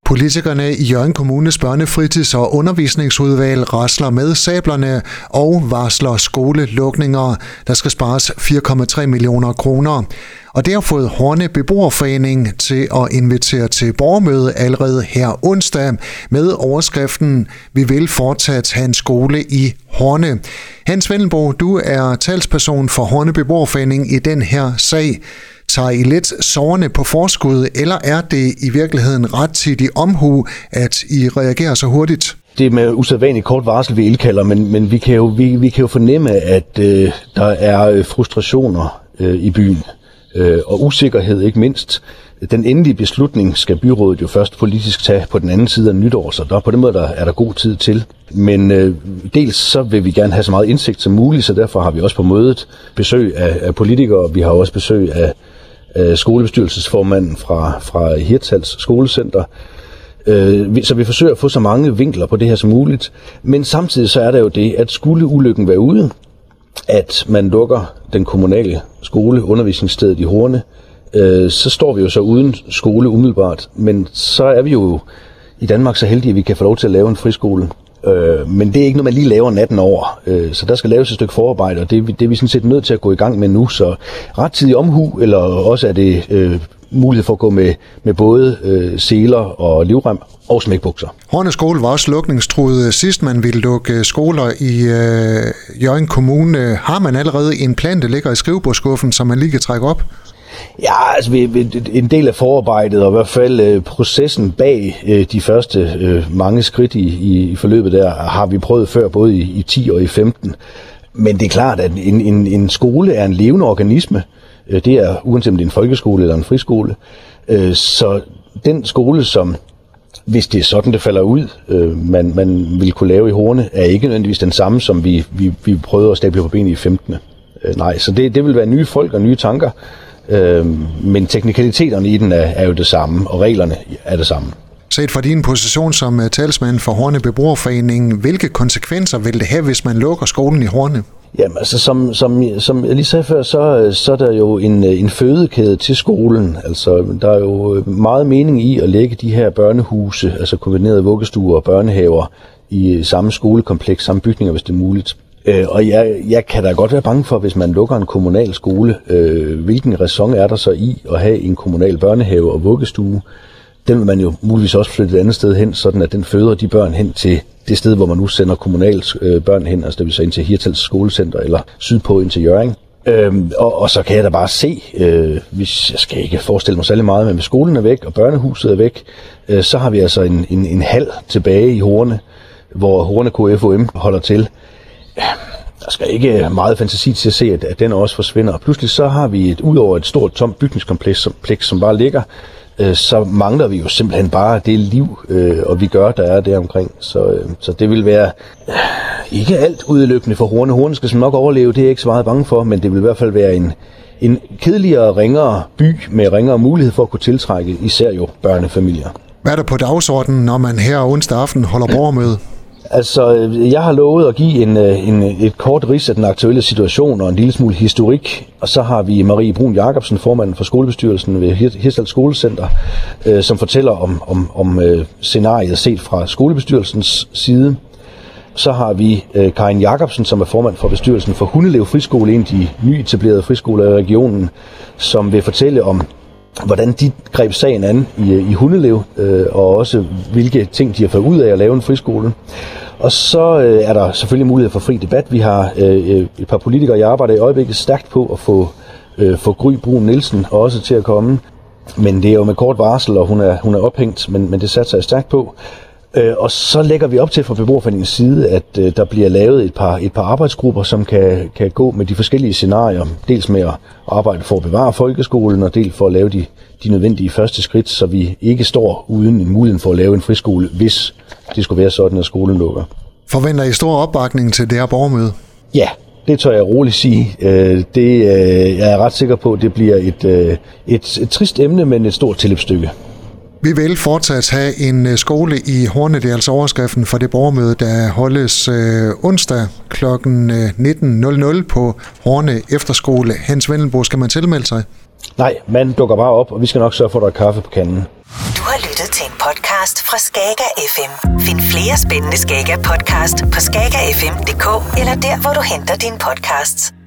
Politikerne i Hjørring Kommunes børnefritids- og undervisningsudvalg rasler med sablerne og varsler skolelukninger. Der skal spares 4,3 millioner kroner. Og det har fået Horne Beboerforening til at invitere til borgermøde allerede her onsdag med overskriften "Vi vil fortsat have en skole i Horne". Hans Vendelbo, du er talsperson for Horne Beboerforening i den her sag. Tager I lidt sårene på forskud, eller er det i virkeligheden rettidig omhu, at I reagerer så hurtigt? Det er med usædvanligt kort varsel, vi indkalder, men vi kan jo fornemme, at der er frustrationer i byen, og usikkerhed ikke mindst. Den endelige beslutning skal byrådet jo først politisk tage på den anden side af nytår, så på den måde er der god tid til. Men dels så vil vi gerne have så meget indsigt som muligt, så derfor har vi også på mødet besøg af politikere. Vi har også besøg af skolebestyrelsesformanden fra Hirtshals Skolecenter. Så vi forsøger at få så mange vinkler på det her som muligt. Men samtidig så er der jo det, at skulle ulykken være ude, at man lukker den kommunale skole, undervisningsstedet i Horne, så står vi jo så uden skole umiddelbart. Men så er vi jo i Danmark så heldige, at vi kan få lov til at lave en friskole. Men det er ikke noget, man lige laver natten over. Så der skal laves et stykke forarbejde, og det er vi sådan set nødt til at gå i gang med nu. Så rettidig omhu, eller også er det mulighed for at gå med både seler og livrem og smækbukser. Horne skole var også lukningstruet sidst man ville lukke skoler i Hjørring Kommune. Har man allerede en plan, der ligger i skrivebordsskuffen, som man lige kan trække op? Ja, altså en del af forarbejdet, og i hvert fald processen bag de første mange skridt i forløbet der, har vi prøvet før, både i 10 og i 15. Men det er klart, at en skole er en levende organisme. Det er uanset om det er en folkeskole eller en friskole. Så den skole, som hvis det er sådan, det falder ud, man vil kunne lave i Horne, er ikke nødvendigvis den samme, som vi prøvede at stable på benene i 15. Nej, så det vil være nye folk og nye tanker. Men teknikaliteterne i den er jo det samme, og reglerne er det samme. Set fra din position som talsmand for Horne Beboerforening, hvilke konsekvenser vil det have, hvis man lukker skolen i Horne? Jamen, altså som jeg lige sagde før, så er der jo en fødekæde til skolen. Altså, der er jo meget mening i at lægge de her børnehuse, altså kombinerede vuggestuer og børnehaver, i samme skolekompleks, samme bygninger, hvis det er muligt. Og jeg kan da godt være bange for, hvis man lukker en kommunal skole, hvilken ræson er der så i at have en kommunal børnehave og vuggestue? Den vil man jo muligvis også flytte et andet sted hen, sådan at den føder de børn hen til det sted, hvor man nu sender kommunalt børn hen, altså det vil så ind til Hirtshals Skolecenter eller sydpå ind til Hjørring. Og så kan jeg da bare se, hvis jeg skal ikke forestille mig særlig meget, men hvis skolen er væk og børnehuset er væk, så har vi altså en hal tilbage i Horne, hvor Horne KFUM holder til. Der skal ikke meget fantasi til at se, at den også forsvinder. Og pludselig så har vi udover et stort tomt bygningskompleks, som bare ligger, så mangler vi jo simpelthen bare det liv, og vi gør, der er der omkring. Så det vil være ikke alt udelukkende for Horne. Horne skal nok overleve, det er jeg ikke så meget bange for, men det vil i hvert fald være en kedeligere, ringere by med ringere mulighed for at kunne tiltrække især jo børnefamilier. Hvad er der på dagsordenen, når man her onsdag aften holder borgermøde? Altså, jeg har lovet at give et kort rids af den aktuelle situation og en lille smule historik. Og så har vi Marie Brun Jacobsen, formanden for skolebestyrelsen ved Hirtshals Skolecenter, som fortæller om scenariet set fra skolebestyrelsens side. Så har vi Karin Jacobsen, som er formand for bestyrelsen for Hundelev Friskole, en af de nyetablerede friskoler i regionen, som vil fortælle om hvordan de greb sagen an i Hundelev, og også hvilke ting de har fået ud af at lave en friskole. Og så er der selvfølgelig mulighed for fri debat. Vi har et par politikere, jeg arbejder i øjeblikket stærkt på at få Gry Brun Nielsen også til at komme. Men det er jo med kort varsel, og hun er ophængt, men det satser jeg stærkt på. Og så lægger vi op til fra beboerforeningens side, at der bliver lavet et par arbejdsgrupper, som kan gå med de forskellige scenarier. Dels med at arbejde for at bevare folkeskolen, og dels for at lave de nødvendige første skridt, så vi ikke står uden en mulighed for at lave en friskole, hvis det skulle være sådan, at skolen lukker. Forventer I stor opbakning til det her borgermøde? Ja, det tør jeg roligt sige. Jeg er ret sikker på, at det bliver et trist emne, men et stort tilløbsstykke. Vi vil fortsat have en skole i Horne. Det er altså overskriften for det borgermøde, der holdes onsdag kl. 19.00 på Horne Efterskole. Hans Vendelbo, skal man tilmelde sig? Nej, man dukker bare op, og vi skal nok sørge for, at der er kaffe på kanden. Du har lyttet til en podcast fra Skager FM. Find flere spændende Skager podcast på skagerfm.dk eller der, hvor du henter dine podcasts.